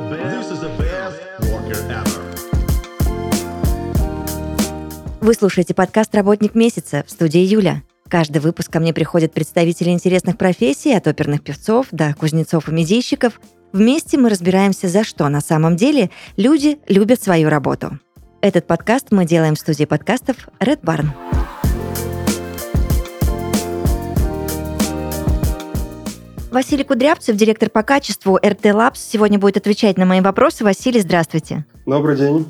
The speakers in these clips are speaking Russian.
worker ever. Вы слушаете подкаст «Работник месяца» в студии Юля. Каждый выпуск ко мне приходят представители интересных профессий, от оперных певцов до кузнецов и медийщиков. Вместе мы разбираемся, за что на самом деле люди любят свою работу. Этот подкаст мы делаем в студии подкастов Red Barn. Василий Кудрявцев, директор по качеству RT Labs, сегодня будет отвечать на мои вопросы. Василий, здравствуйте. Добрый день.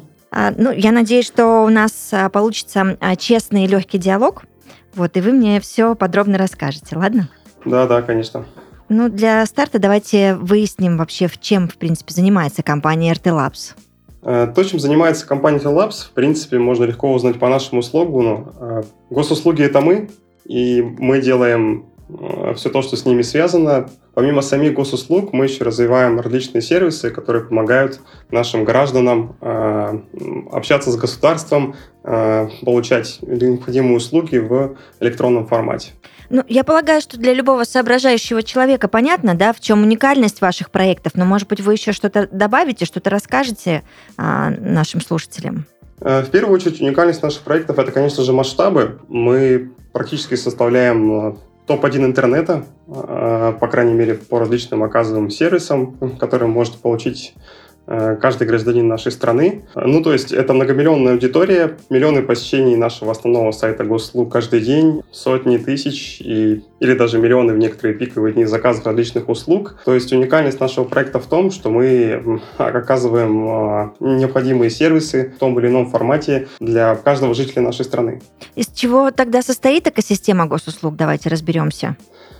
Я надеюсь, что у нас получится честный и легкий диалог. И вы мне все подробно расскажете, ладно? Да, конечно. Для старта давайте выясним вообще, чем, в принципе, занимается компания RT Labs. То, чем занимается компания RT Labs, в принципе, можно легко узнать по нашему слогану. Госуслуги — это мы, и мы делаем все то, что с ними связано. Помимо самих госуслуг, мы еще развиваем различные сервисы, которые помогают нашим гражданам общаться с государством, получать необходимые услуги в электронном формате. Я полагаю, что для любого соображающего человека понятно, да, в чем уникальность ваших проектов, но, может быть, вы еще что-то добавите, что-то расскажете нашим слушателям? В первую очередь, уникальность наших проектов – это, конечно же, масштабы. Мы практически составляем топ-1 интернета, по крайней мере, по различным оказываемым сервисам, которые может получить каждый гражданин нашей страны. То есть это многомиллионная аудитория, миллионы посещений нашего основного сайта госуслуг каждый день, сотни тысяч или даже миллионы в некоторые пиковые дни заказов различных услуг. То есть уникальность нашего проекта в том, что мы оказываем необходимые сервисы в том или ином формате для каждого жителя нашей страны. Из чего тогда состоит экосистема госуслуг? Давайте разберемся.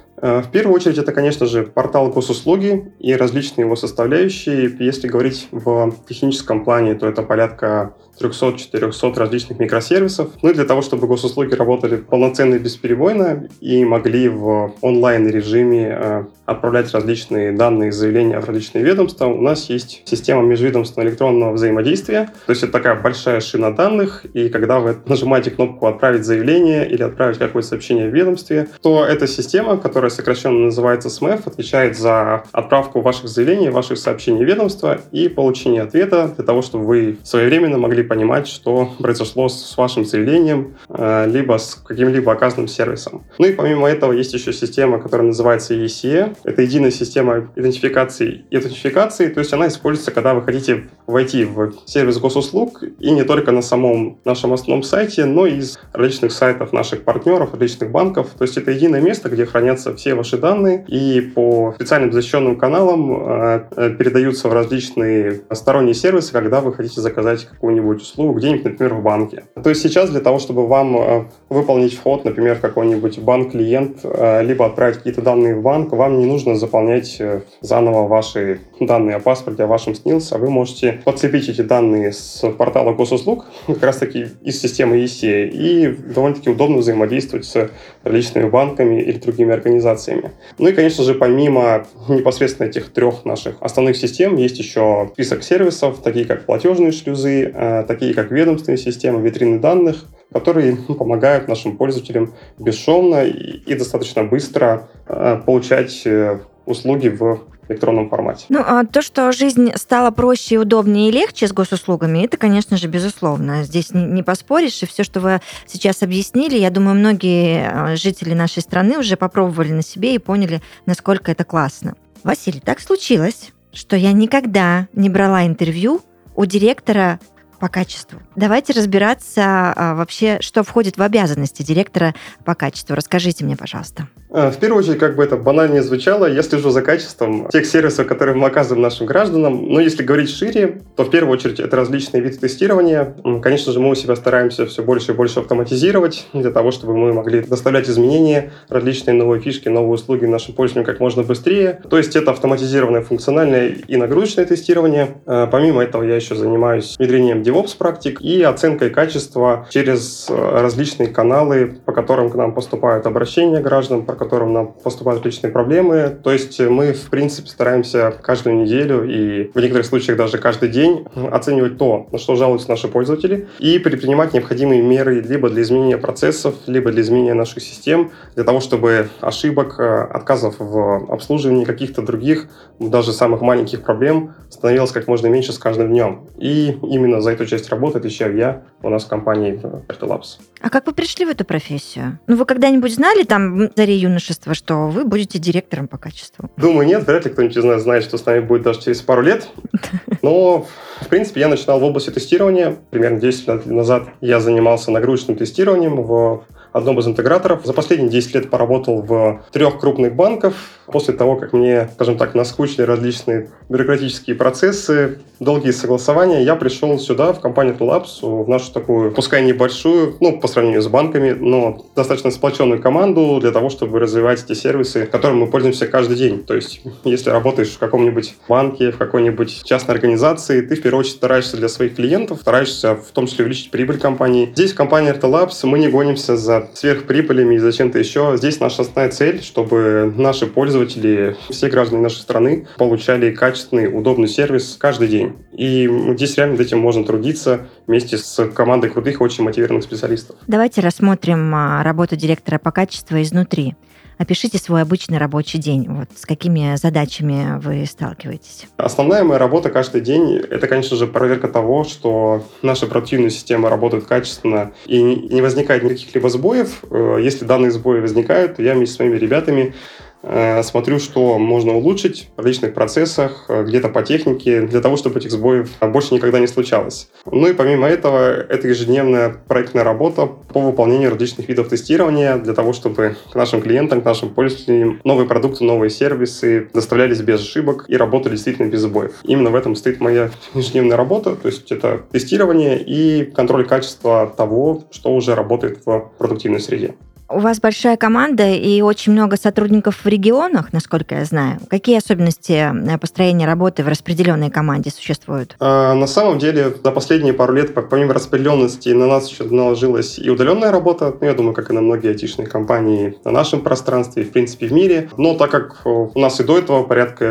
В первую очередь, это, конечно же, портал госуслуги и различные его составляющие. Если говорить в техническом плане, то это порядка 300-400 различных микросервисов. И для того, чтобы госуслуги работали полноценно и бесперебойно и могли в онлайн-режиме отправлять различные данные и заявления в различные ведомства, у нас есть система межведомственного электронного взаимодействия. То есть это такая большая шина данных, и когда вы нажимаете кнопку «Отправить заявление» или «Отправить какое-то сообщение в ведомстве», то эта система, которая сокращенно называется СМЭФ, отвечает за отправку ваших заявлений, ваших сообщений в ведомство и получение ответа для того, чтобы вы своевременно могли понимать, что произошло с вашим заявлением, либо с каким-либо оказанным сервисом. И помимо этого есть еще система, которая называется ECE. Это единая система идентификации и аутентификации, то есть она используется, когда вы хотите войти в сервис госуслуг и не только на самом нашем основном сайте, но и из различных сайтов наших партнеров, различных банков. То есть это единое место, где хранятся все ваши данные и по специальным защищенным каналам передаются в различные сторонние сервисы, когда вы хотите заказать какую-нибудь услугу где-нибудь, например, в банке. То есть сейчас для того, чтобы вам выполнить вход, например, в какой-нибудь банк-клиент, либо отправить какие-то данные в банк, вам не нужно заполнять заново ваши данные о паспорте, о вашем СНИЛС, а вы можете подцепить эти данные с портала госуслуг, как раз-таки из системы ECE, и довольно-таки удобно взаимодействовать с различными банками или другими организациями. И, конечно же, помимо непосредственно этих трех наших основных систем, есть еще список сервисов, такие как платежные шлюзы, такие как ведомственные системы, витрины данных, которые помогают нашим пользователям бесшовно и достаточно быстро получать услуги в электронном формате. То, что жизнь стала проще, удобнее и легче с госуслугами, это, конечно же, безусловно. Здесь не поспоришь. И все, что вы сейчас объяснили, я думаю, многие жители нашей страны уже попробовали на себе и поняли, насколько это классно. Василий, так случилось, что я никогда не брала интервью у директора по качеству. Давайте разбираться вообще, что входит в обязанности директора по качеству. Расскажите мне, пожалуйста. В первую очередь, как бы это банально ни звучало, я слежу за качеством тех сервисов, которые мы оказываем нашим гражданам. Но если говорить шире, то в первую очередь это различные виды тестирования. Конечно же, мы у себя стараемся все больше и больше автоматизировать для того, чтобы мы могли доставлять изменения, различные новые фишки, новые услуги нашим пользователям как можно быстрее. То есть это автоматизированное функциональное и нагрузочное тестирование. Помимо этого я еще занимаюсь внедрением DevOps-практик и оценкой качества через различные каналы, по которым к нам поступают обращения граждан, по которым нам поступают личные проблемы. То есть мы, в принципе, стараемся каждую неделю и в некоторых случаях даже каждый день оценивать то, на что жалуются наши пользователи, и предпринимать необходимые меры либо для изменения процессов, либо для изменения наших систем, для того, чтобы ошибок, отказов в обслуживании каких-то других, даже самых маленьких проблем становилось как можно меньше с каждым днем. И именно за эту часть работы отвечаю я у нас в компании RT Labs. А как вы пришли в эту профессию? Вы когда-нибудь знали там в заре юношества, что вы будете директором по качеству? Думаю, нет. Вряд ли кто-нибудь из нас знает, что с нами будет даже через пару лет. Но, в принципе, я начинал в области тестирования. Примерно 10 лет назад я занимался нагрузочным тестированием в одном из интеграторов. За последние 10 лет поработал в 3 крупных банках. После того, как мне, скажем так, наскучили различные бюрократические процессы, долгие согласования, я пришел сюда, в компанию RT Labs, в нашу такую, пускай небольшую, по сравнению с банками, но достаточно сплоченную команду для того, чтобы развивать эти сервисы, которыми мы пользуемся каждый день. То есть, если работаешь в каком-нибудь банке, в какой-нибудь частной организации, ты в первую очередь стараешься для своих клиентов, стараешься в том числе увеличить прибыль компании. Здесь в компании RT Labs мы не гонимся за сверхприбылями и за чем-то еще. Здесь наша основная цель, чтобы наши пользователи, все граждане нашей страны получали качественный, удобный сервис каждый день. И здесь реально над этим можно трудиться вместе с командой крутых, очень мотивированных специалистов. Давайте рассмотрим работу директора по качеству изнутри. Опишите свой обычный рабочий день. С какими задачами вы сталкиваетесь? Основная моя работа каждый день – это, конечно же, проверка того, что наша продуктивная система работает качественно и не возникает никаких либо сбоев. Если данные сбои возникают, то я вместе с моими ребятами смотрю, что можно улучшить в различных процессах, где-то по технике, для того, чтобы этих сбоев больше никогда не случалось. И помимо этого, это ежедневная проектная работа по выполнению различных видов тестирования, для того, чтобы к нашим клиентам, к нашим пользователям новые продукты, новые сервисы доставлялись без ошибок и работали действительно без сбоев. Именно в этом стоит моя ежедневная работа, то есть это тестирование и контроль качества того, что уже работает в продуктивной среде. У вас большая команда и очень много сотрудников в регионах, насколько я знаю. Какие особенности построения работы в распределенной команде существуют? На самом деле, за последние пару лет, помимо распределенности, на нас еще наложилась и удаленная работа. Я думаю, как и на многие айтишные компании на нашем пространстве, в принципе, в мире. Но так как у нас и до этого порядка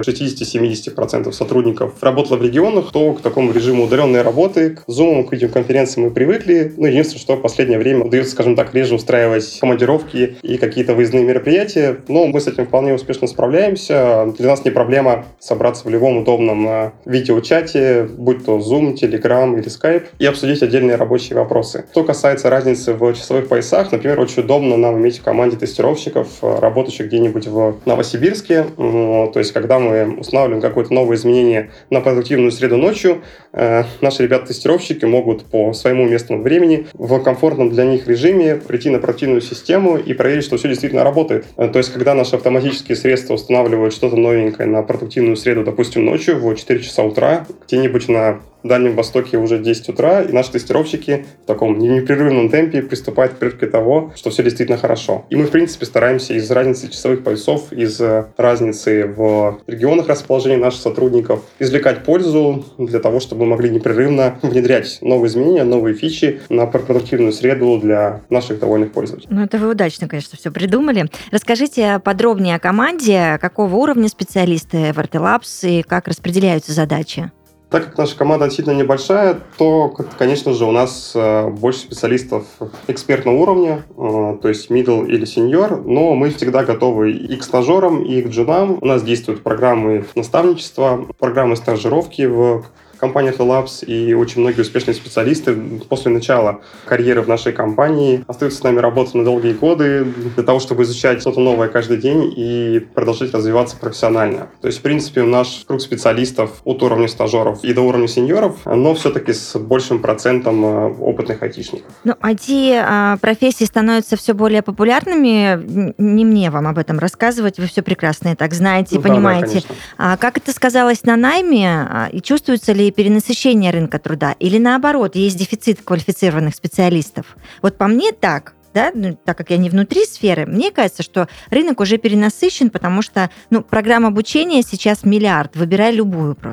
60-70% сотрудников работало в регионах, то к такому режиму удаленной работы, к Zoom, к видеоконференциям мы привыкли. Единственное, что в последнее время удается, скажем так, реже устраивать командировки и какие-то выездные мероприятия, но мы с этим вполне успешно справляемся. Для нас не проблема собраться в любом удобном видеочате, будь то Zoom, Telegram или Skype, и обсудить отдельные рабочие вопросы. Что касается разницы в часовых поясах, например, очень удобно нам иметь в команде тестировщиков, работающих где-нибудь в Новосибирске. То есть, когда мы устанавливаем какое-то новое изменение на продуктивную среду ночью, наши ребята-тестировщики могут по своему местному времени в комфортном для них режиме прийти на продуктивную систему и проверить, что все действительно работает. То есть, когда наши автоматические средства устанавливают что-то новенькое на продуктивную среду, допустим, ночью в 4 часа утра, где-нибудь на Дальнем Востоке уже 10 утра, и наши тестировщики в таком непрерывном темпе приступают к проверке того, что все действительно хорошо. И мы, в принципе, стараемся из разницы часовых поясов, из разницы в регионах расположения наших сотрудников извлекать пользу для того, чтобы мы могли непрерывно внедрять новые изменения, новые фичи на продуктивную среду для наших довольных пользователей. Это вы удачно, конечно, все придумали. Расскажите подробнее о команде, какого уровня специалисты в RT Labs и как распределяются задачи. Так как наша команда действительно небольшая, то, конечно же, у нас больше специалистов экспертного уровня, то есть middle или senior, но мы всегда готовы и к стажерам, и к джунам. У нас действуют программы наставничества, программы стажировки в компания RT Labs, и очень многие успешные специалисты после начала карьеры в нашей компании остаются с нами работать на долгие годы для того, чтобы изучать что-то новое каждый день и продолжать развиваться профессионально. То есть, в принципе, наш круг специалистов от уровня стажеров и до уровня сеньоров, но все-таки с большим процентом опытных айтишников. IT-профессии становятся все более популярными. Не мне вам об этом рассказывать, вы все прекрасно и так знаете и понимаете. Да, как это сказалось на найме и чувствуется ли перенасыщение рынка труда, или наоборот, есть дефицит квалифицированных специалистов? По мне так, да, так как я не внутри сферы, мне кажется, что рынок уже перенасыщен, потому что программ обучения сейчас миллиард, выбирай любую просто.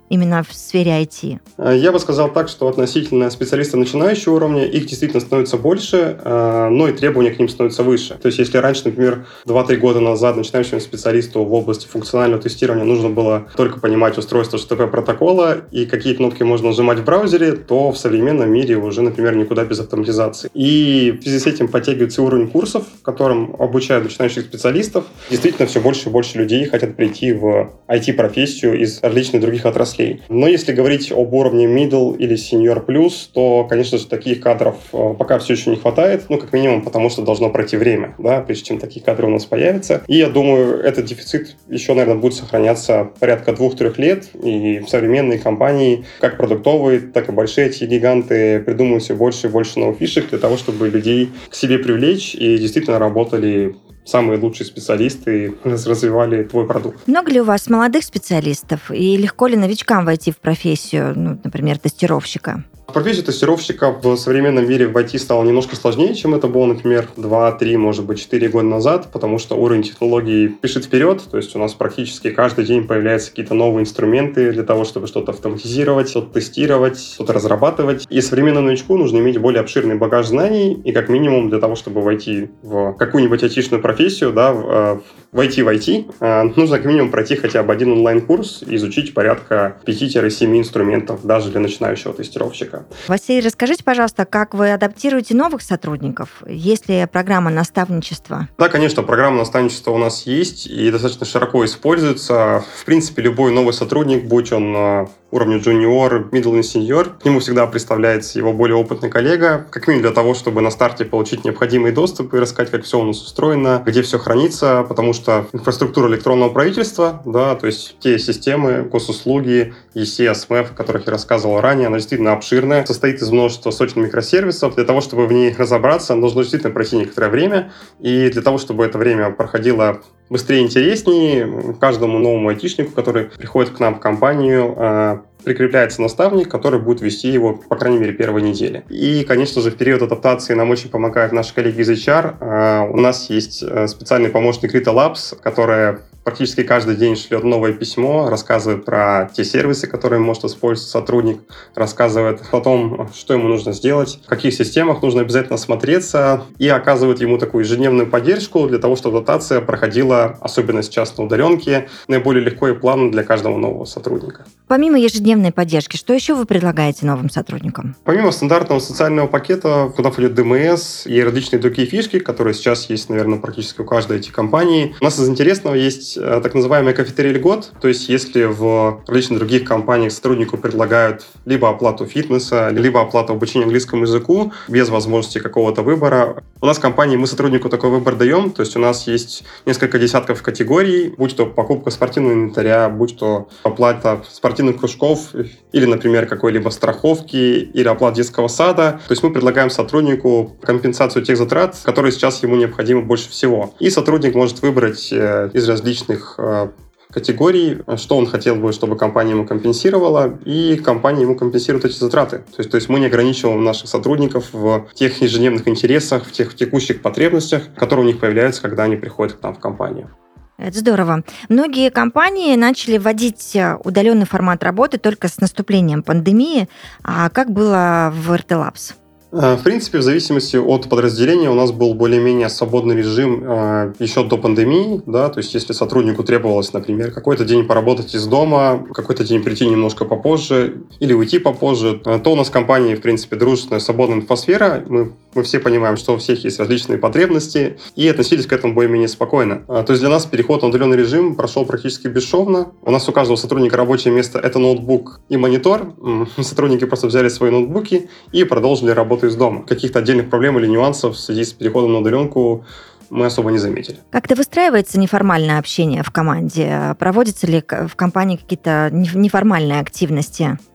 именно в сфере IT? Я бы сказал так, что относительно специалистов начинающего уровня их действительно становится больше, но и требования к ним становятся выше. То есть если раньше, например, 2-3 года назад начинающему специалисту в области функционального тестирования нужно было только понимать устройство HTTP-протокола и какие кнопки можно нажимать в браузере, то в современном мире уже, например, никуда без автоматизации. И в связи с этим подтягивается уровень курсов, которым обучают начинающих специалистов. Действительно, все больше и больше людей хотят прийти в IT-профессию из различных других отраслей. Но если говорить об уровне middle или senior plus, то, конечно же, таких кадров пока все еще не хватает, как минимум потому, что должно пройти время, да, прежде чем такие кадры у нас появятся. И я думаю, этот дефицит еще, наверное, будет сохраняться порядка 2-3 лет, и современные компании, как продуктовые, так и большие эти гиганты, придумывают все больше и больше новых фишек для того, чтобы людей к себе привлечь и действительно работали самые лучшие специалисты развивали твой продукт. Много ли у вас молодых специалистов? И легко ли новичкам войти в профессию, например, тестировщика? Профессия тестировщика в современном мире в IT стала немножко сложнее, чем это было, например, 2-3, может быть, 4 года назад, потому что уровень технологий пишет вперед, то есть у нас практически каждый день появляются какие-то новые инструменты для того, чтобы что-то автоматизировать, что-то тестировать, что-то разрабатывать. И современному новичку нужно иметь более обширный багаж знаний, и как минимум для того, чтобы войти в какую-нибудь айтишную профессию, да, войти в IT, нужно как минимум пройти хотя бы один онлайн-курс и изучить порядка 5-7 инструментов даже для начинающего тестировщика. Василий, расскажите, пожалуйста, как вы адаптируете новых сотрудников? Есть ли программа наставничества? Да, конечно, программа наставничества у нас есть и достаточно широко используется. В принципе, любой новый сотрудник, будь он на уровне junior, middle или senior, к нему всегда представляется его более опытный коллега, как минимум для того, чтобы на старте получить необходимый доступ и рассказать, как все у нас устроено, где все хранится, потому что инфраструктура электронного правительства, да, то есть те системы, госуслуги, EC, SMF, о которых я рассказывал ранее, она действительно обширная, состоит из множества сотен микросервисов. Для того, чтобы в ней разобраться, нужно действительно пройти некоторое время, и для того, чтобы это время проходило быстрее и интереснее, каждому новому айтишнику, который приходит к нам в компанию, прикрепляется наставник, который будет вести его, по крайней мере, первой недели. И, конечно же, в период адаптации нам очень помогают наши коллеги из HR. У нас есть специальный помощник Rita Labs, которая практически каждый день шлет новое письмо, рассказывает про те сервисы, которые может использовать сотрудник, рассказывает о том, что ему нужно сделать, в каких системах нужно обязательно осмотреться, и оказывает ему такую ежедневную поддержку для того, чтобы адаптация проходила, особенно сейчас на удаленке, наиболее легко и плавно для каждого нового сотрудника. Помимо ежедневной поддержки, что еще вы предлагаете новым сотрудникам? Помимо стандартного социального пакета, куда входит ДМС и различные другие фишки, которые сейчас есть, наверное, практически у каждой IT-компании, у нас из интересного есть так называемый кафетерий льгот, то есть если в различных других компаниях сотруднику предлагают либо оплату фитнеса, либо оплату обучения английскому языку без возможности какого-то выбора, у нас в компании мы сотруднику такой выбор даем, то есть у нас есть несколько десятков категорий, будь то покупка спортивного инвентаря, будь то оплата спортивных кружков или, например, какой-либо страховки или оплата детского сада. То есть мы предлагаем сотруднику компенсацию тех затрат, которые сейчас ему необходимы больше всего. И сотрудник может выбрать из различных категорий, что он хотел бы, чтобы компания ему компенсировала, и компания ему компенсирует эти затраты. То есть мы не ограничиваем наших сотрудников в тех ежедневных интересах, в тех текущих потребностях, которые у них появляются, когда они приходят к нам в компанию. Это здорово. Многие компании начали вводить удаленный формат работы только с наступлением пандемии. А как было в RT Labs? В принципе, в зависимости от подразделения у нас был более-менее свободный режим еще до пандемии, да, то есть если сотруднику требовалось, например, какой-то день поработать из дома, какой-то день прийти немножко попозже или уйти попозже, то у нас в компании, в принципе, дружественная свободная инфосфера, мы все понимаем, что у всех есть различные потребности и относились к этому более-менее спокойно. То есть для нас переход на удаленный режим прошел практически бесшовно. У нас у каждого сотрудника рабочее место — это ноутбук и монитор. Сотрудники просто взяли свои ноутбуки и продолжили работу из дома. Каких-то отдельных проблем или нюансов в связи с переходом на удаленку мы особо не заметили. Как-то выстраивается неформальное общение в команде? Проводятся ли в компании какие-то неформальные активности?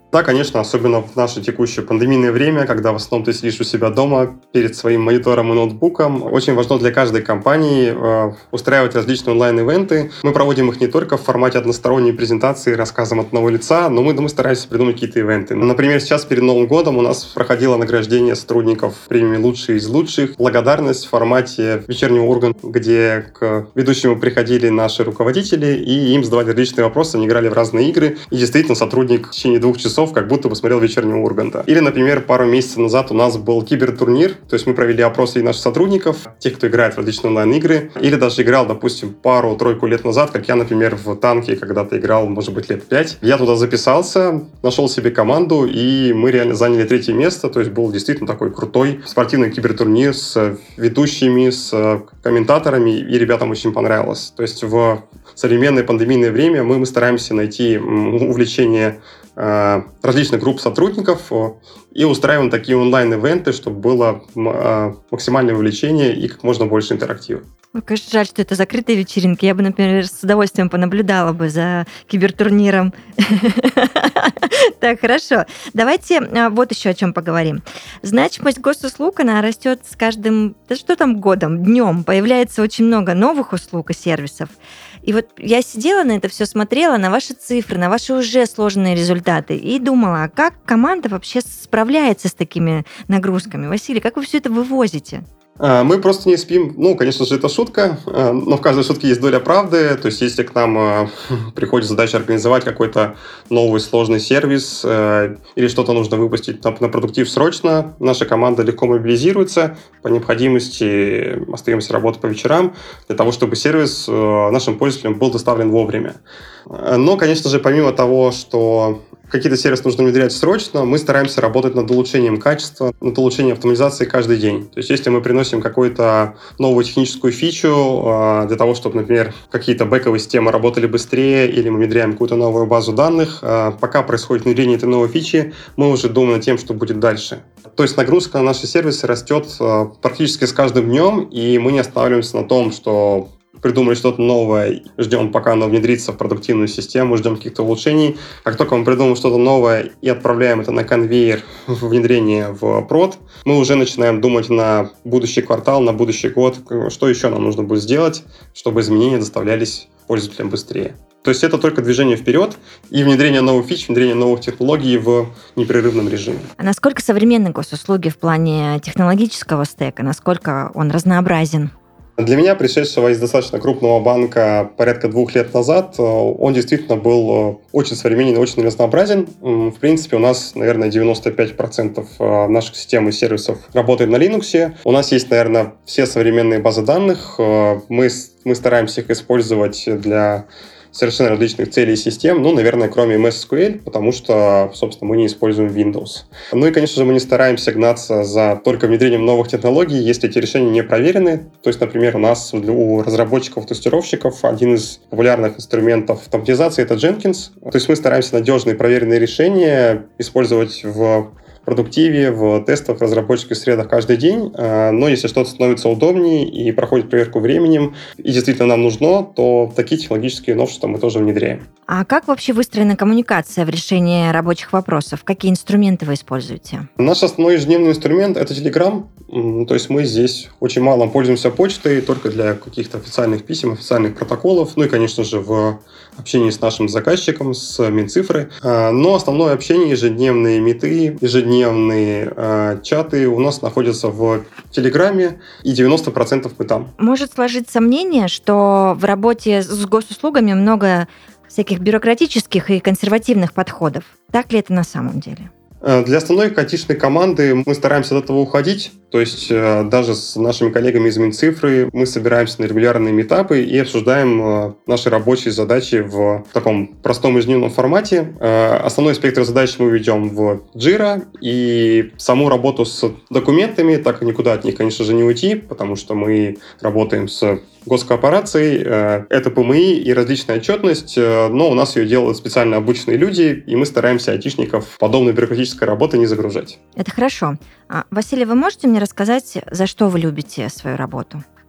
Да, конечно, особенно в наше текущее пандемийное время, когда в основном ты сидишь у себя дома перед своим монитором и ноутбуком. Очень важно для каждой компании устраивать различные онлайн-ивенты. Мы проводим их не только в формате односторонней презентации рассказом от одного лица, но мы стараемся придумать какие-то ивенты. Например, сейчас перед Новым годом у нас проходило награждение сотрудников премии «Лучшие из лучших». Благодарность в формате вечернего Урганта, где к ведущему приходили наши руководители, и им задавали различные вопросы, они играли в разные игры, и действительно сотрудник в течение 2 часов как будто бы смотрел вечернего Урганта. Или, например, пару месяцев назад у нас был кибертурнир, то есть мы провели опрос среди наших сотрудников, тех, кто играет в различные онлайн-игры, или даже играл, допустим, пару-тройку лет назад, как я, например, в танки когда-то играл, может быть, лет 5. Я туда записался, нашел себе команду, и мы реально заняли 3-е место, то есть был действительно такой крутой спортивный кибертурнир с ведущими, с комментаторами, и ребятам очень понравилось. То есть в современное пандемийное время мы стараемся найти увлечение различных групп сотрудников и устраиваем такие онлайн-ивенты, чтобы было максимальное вовлечение и как можно больше интерактива. Конечно, жаль, что это закрытые вечеринки. Я бы, например, с удовольствием понаблюдала бы за кибертурниром. Так, хорошо. Давайте вот еще о чем поговорим. Значимость госуслуг, она растет с каждым, да что там, годом, днем. Появляется очень много новых услуг и сервисов. И вот я сидела на это все, смотрела на ваши цифры, на ваши уже сложные результаты и думала, а как команда вообще справляется с такими нагрузками? Василий, как вы все это вывозите? Мы просто не спим. Ну, конечно же, это шутка, но в каждой шутке есть доля правды. То есть, если к нам приходит задача организовать какой-то новый сложный сервис или что-то нужно выпустить на продуктив срочно, наша команда легко мобилизируется. По необходимости остаемся работать по вечерам для того, чтобы сервис нашим пользователям был доставлен вовремя. Но, конечно же, помимо того, что какие-то сервисы нужно внедрять срочно, мы стараемся работать над улучшением качества, над улучшением автоматизации каждый день. То есть, если мы приносим какую-то новую техническую фичу для того, чтобы, например, какие-то бэковые системы работали быстрее, или мы внедряем какую-то новую базу данных, пока происходит внедрение этой новой фичи, мы уже думаем над тем, что будет дальше. То есть, нагрузка на наши сервисы растет практически с каждым днем, и мы не останавливаемся на том, что придумали что-то новое, ждем, пока оно внедрится в продуктивную систему, ждем каких-то улучшений. Как только мы придумаем что-то новое и отправляем это на конвейер внедрение в прод, мы уже начинаем думать на будущий квартал, на будущий год, что еще нам нужно будет сделать, чтобы изменения доставлялись пользователям быстрее. То есть это только движение вперед и внедрение новых фич, внедрение новых технологий в непрерывном режиме. А насколько современны госуслуги в плане технологического стека? Насколько он разнообразен? Для меня, пришедшего из достаточно крупного банка порядка 2 лет назад, он действительно был очень современен и очень разнообразен. В принципе, у нас, наверное, 95% наших систем и сервисов работает на Linux. У нас есть, наверное, все современные базы данных. Мы стараемся их использовать для совершенно различных целей и систем, ну, наверное, кроме MS SQL, потому что, собственно, мы не используем Windows. Ну и, конечно же, мы не стараемся гнаться за только внедрением новых технологий, если эти решения не проверены. То есть, например, у нас у разработчиков-тестировщиков один из популярных инструментов автоматизации — это Jenkins. То есть мы стараемся надежные проверенные решения использовать в продуктиве, в тестах, в разработческих средах каждый день. Но если что-то становится удобнее и проходит проверку временем, и действительно нам нужно, то такие технологические новшества мы тоже внедряем. А как вообще выстроена коммуникация в решении рабочих вопросов? Какие инструменты вы используете? Наш основной ежедневный инструмент — это Telegram. То есть мы здесь очень мало пользуемся почтой, только для каких-то официальных писем, официальных протоколов, ну и, конечно же, в общении с нашим заказчиком, с Минцифры. Но основное общение, ежедневные миты, ежедневные чаты у нас находятся в Телеграме, и 90% мы там. Может сложиться мнение, что в работе с госуслугами много всяких бюрократических и консервативных подходов. Так ли это на самом деле? Для основной айтишной команды мы стараемся от этого уходить. То есть даже с нашими коллегами из Минцифры мы собираемся на регулярные митапы и обсуждаем наши рабочие задачи в таком простом ежедневном формате. Основной спектр задач мы ведем в Jira, и саму работу с документами, так и никуда от них, конечно же, не уйти, потому что мы работаем с госкорпорацией. Это ПМИ и различная отчетность, но у нас ее делают специально обученные люди, и мы стараемся айтишников подобной бюрократической работы не загружать. Это хорошо. Василий, вы можете мне рассказать, за что вы любите свою работу?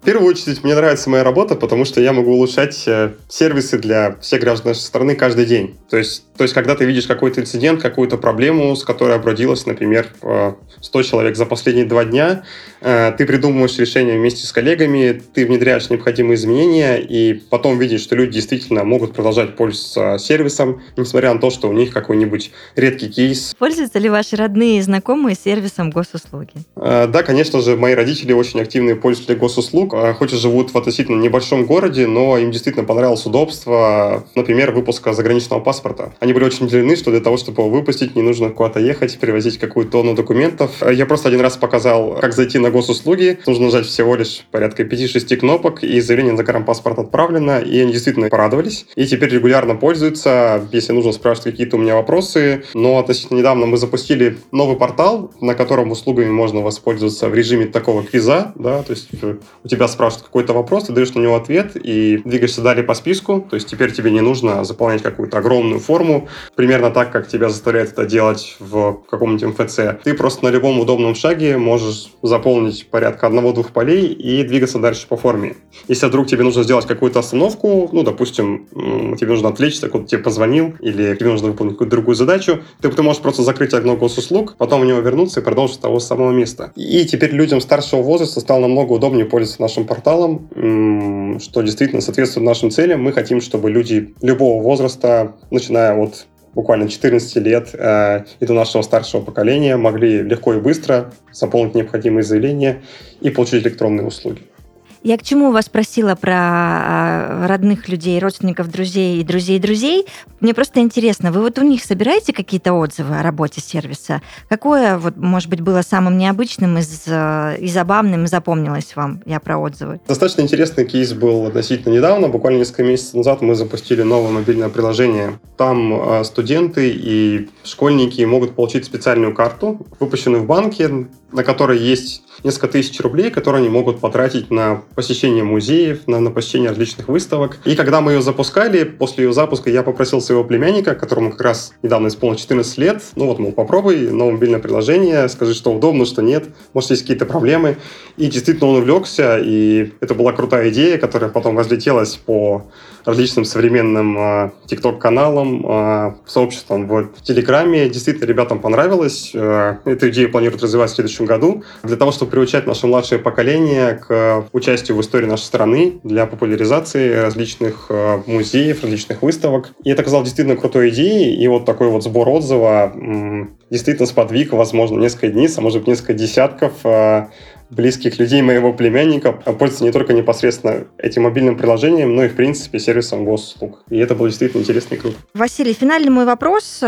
В первую очередь, мне нравится моя работа, потому что я могу улучшать сервисы для всех граждан нашей страны каждый день. То есть, когда ты видишь какой-то инцидент, какую-то проблему, с которой обратилось, например, 100 человек за последние 2 дня, ты придумываешь решение вместе с коллегами, ты внедряешь необходимые изменения, и потом видишь, что люди действительно могут продолжать пользоваться сервисом, несмотря на то, что у них какой-нибудь редкий кейс. Пользуются ли ваши родные и знакомые сервисом госуслуги? Да, конечно же, мои родители очень активные пользователи госуслуг, хоть и живут в относительно небольшом городе, но им действительно понравилось удобство, например, выпуска заграничного паспорта. Они были очень удивлены, что для того, чтобы его выпустить, не нужно куда-то ехать, привозить какую-то тонну документов. Я просто один раз показал, как зайти на госуслуги. Нужно нажать всего лишь порядка 5-6 кнопок, и заявление на загранпаспорт отправлено, и они действительно порадовались. И теперь регулярно пользуются, если нужно спрашивать какие-то у меня вопросы. Но относительно недавно мы запустили новый портал, на котором услугами можно воспользоваться в режиме такого квиза, да, то есть у тебя спрашивают какой-то вопрос, ты даешь на него ответ и двигаешься далее по списку, то есть теперь тебе не нужно заполнять какую-то огромную форму, примерно так, как тебя заставляют это делать в каком-нибудь МФЦ. Ты просто на любом удобном шаге можешь заполнить порядка 1-2 полей и двигаться дальше по форме. Если вдруг тебе нужно сделать какую-то остановку, допустим, тебе нужно отвлечься, кто-то тебе позвонил, или тебе нужно выполнить какую-то другую задачу, ты можешь просто закрыть окно госуслуг, потом в него вернуться и продолжить с того самого места. И теперь людям старшего возраста стало намного удобнее пользоваться нашим порталом, что действительно соответствует нашим целям. Мы хотим, чтобы люди любого возраста, начиная от буквально 14 лет и до нашего старшего поколения, могли легко и быстро заполнить необходимые заявления и получить электронные услуги. Я к чему вас спросила про родных людей, родственников, друзей и друзей-друзей? Мне просто интересно, вы у них собираете какие-то отзывы о работе сервиса? Какое, может быть, было самым необычным и забавным, и запомнилось вам, я про отзывы? Достаточно интересный кейс был относительно недавно. Буквально несколько месяцев назад мы запустили новое мобильное приложение. Там студенты и школьники могут получить специальную карту, выпущенную в банке, на которой есть несколько тысяч рублей, которые они могут потратить на посещение музеев, на посещение различных выставок. И когда мы ее запускали, после ее запуска я попросил своего племянника, которому как раз недавно исполнилось 14 лет, мол, попробуй новое мобильное приложение, скажи, что удобно, что нет, может, есть какие-то проблемы. И действительно он увлекся, и это была крутая идея, которая потом разлетелась по различным современным TikTok-каналам, сообществам в Телеграме. Действительно, ребятам понравилось. Эту идею планируют развивать в следующем году для того, чтобы приучать наше младшее поколение к участию в истории нашей страны, для популяризации различных музеев, различных выставок. И это оказалось действительно крутой идеей. И такой сбор отзыва действительно сподвиг, возможно, несколько единиц, а может быть, несколько десятков близких людей моего племянника пользуются не только непосредственно этим мобильным приложением, но и, в принципе, сервисом госуслуг. И это было действительно интересно и круто. Василий, финальный мой вопрос,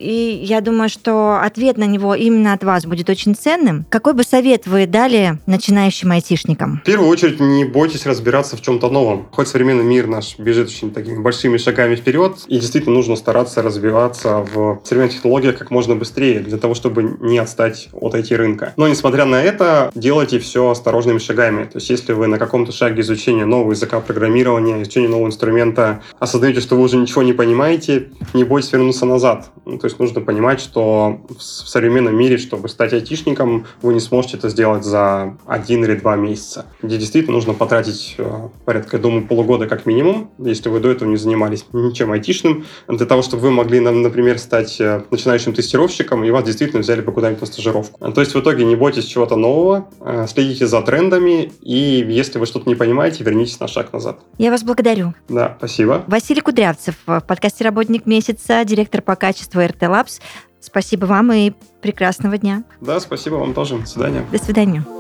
и я думаю, что ответ на него именно от вас будет очень ценным. Какой бы совет вы дали начинающим айтишникам? В первую очередь, не бойтесь разбираться в чем-то новом. Хоть современный мир наш бежит очень такими большими шагами вперед, и действительно нужно стараться развиваться в современных технологиях как можно быстрее, для того, чтобы не отстать от IT-рынка. Но, несмотря на это, делайте все осторожными шагами. То есть, если вы на каком-то шаге изучения нового языка программирования, изучения нового инструмента осознаете, что вы уже ничего не понимаете, не бойтесь вернуться назад. То есть, нужно понимать, что в современном мире, чтобы стать айтишником, вы не сможете это сделать за 1 или 2 месяца. Где действительно нужно потратить порядка, я думаю, полугода как минимум, если вы до этого не занимались ничем айтишным, для того, чтобы вы могли, например, стать начинающим тестировщиком, и вас действительно взяли бы куда-нибудь на стажировку. То есть, в итоге не бойтесь чего-то нового, следите за трендами, и если вы что-то не понимаете, вернитесь на шаг назад. Я вас благодарю. Да, спасибо. Василий Кудрявцев, в подкасте «Работник месяца», директор по качеству RT Labs. Спасибо вам и прекрасного дня. Да, спасибо вам тоже. До свидания. До свидания.